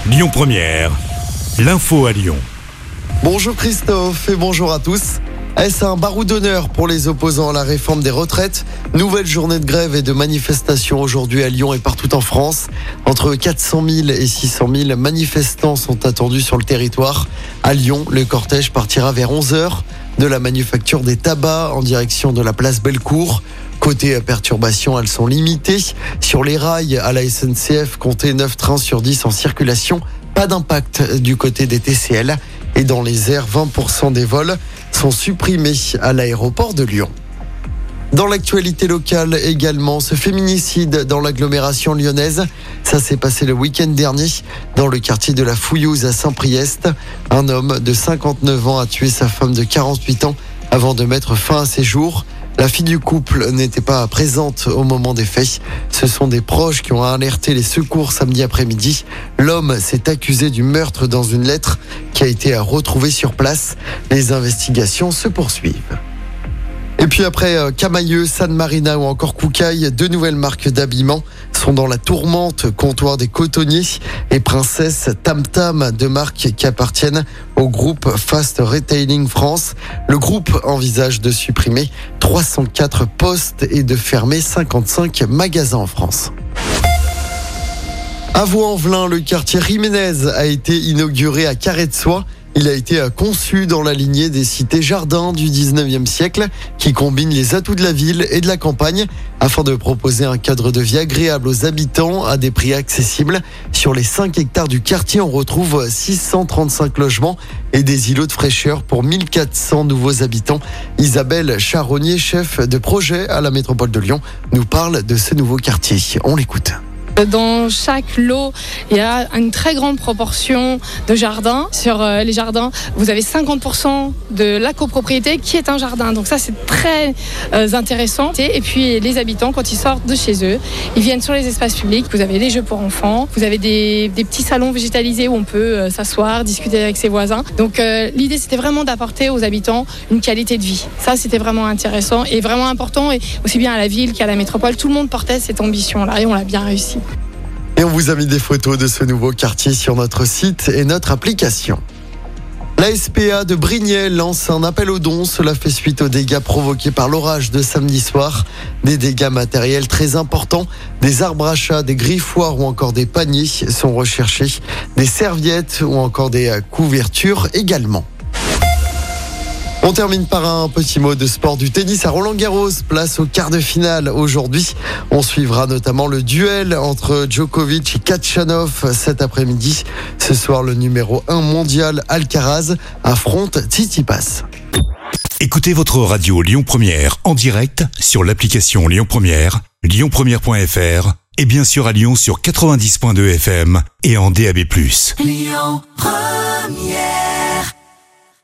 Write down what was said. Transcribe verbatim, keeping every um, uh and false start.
Lyon Première, l'info à Lyon. Bonjour Christophe et bonjour à tous. Est-ce un barreau d'honneur pour les opposants à la réforme des retraites? Nouvelle journée de grève et de manifestation aujourd'hui à Lyon et partout en France. Entre quatre cent mille et six cent mille manifestants sont attendus sur le territoire. À Lyon, le cortège partira vers onze heures de la manufacture des tabacs en direction de la place Bellecour. Côté perturbations, elles sont limitées. Sur les rails, à la S N C F, comptez neuf trains sur dix en circulation. Pas d'impact du côté des T C L. Et dans les airs, vingt pour cent des vols sont supprimés à l'aéroport de Lyon. Dans l'actualité locale également, ce féminicide dans l'agglomération lyonnaise. Ça s'est passé le week-end dernier dans le quartier de la Fouillouse à Saint-Priest. Un homme de cinquante-neuf ans a tué sa femme de quarante-huit ans avant de mettre fin à ses jours. La fille du couple n'était pas présente au moment des faits. Ce sont des proches qui ont alerté les secours samedi après-midi. L'homme s'est accusé du meurtre dans une lettre qui a été retrouvée sur place. Les investigations se poursuivent. Et puis après Camailleux, San Marina ou encore Koukaï, deux nouvelles marques d'habillement sont dans la tourmente. Comptoir des Cotonniers et Princesse Tam Tam, deux marques qui appartiennent au groupe Fast Retailing France. Le groupe envisage de supprimer trois cent quatre postes et de fermer cinquante-cinq magasins en France. À Vaux-en-Velin, le quartier Jiménez a été inauguré à Carré-de-Soie. Il a été conçu dans la lignée des cités jardins du dix-neuvième siècle qui combinent les atouts de la ville et de la campagne afin de proposer un cadre de vie agréable aux habitants à des prix accessibles. Sur les cinq hectares du quartier, on retrouve six cent trente-cinq logements et des îlots de fraîcheur pour mille quatre cents nouveaux habitants. Isabelle Charonnier, chef de projet à la métropole de Lyon, nous parle de ce nouveau quartier. On l'écoute. Dans chaque lot, il y a une très grande proportion de jardins. Sur les jardins, vous avez cinquante pour cent de la copropriété qui est un jardin. Donc ça, c'est très intéressant. Et puis les habitants, quand ils sortent de chez eux, ils viennent sur les espaces publics. Vous avez des jeux pour enfants, vous avez des, des petits salons végétalisés où on peut s'asseoir, discuter avec ses voisins. Donc euh, l'idée, c'était vraiment d'apporter aux habitants une qualité de vie. Ça, c'était vraiment intéressant et vraiment important. Et aussi bien à la ville qu'à la métropole, tout le monde portait cette ambition-là et on l'a bien réussi. Et on vous a mis des photos de ce nouveau quartier sur notre site et notre application. La S P A de Brignais lance un appel aux dons. Cela fait suite aux dégâts provoqués par l'orage de samedi soir. Des dégâts matériels très importants. Des arbres à chat, des griffoirs ou encore des paniers sont recherchés. Des serviettes ou encore des couvertures également. On termine par un petit mot de sport du tennis à Roland-Garros. Place au quart de finale aujourd'hui. On suivra notamment le duel entre Djokovic et Khachanov cet après-midi. Ce soir, le numéro un mondial Alcaraz affronte Tsitsipas. Écoutez votre radio Lyon Première en direct sur l'application Lyon Première, lyon première point f r et bien sûr à Lyon sur quatre-vingt-dix point deux F M et en D A B plus. Lyon Première.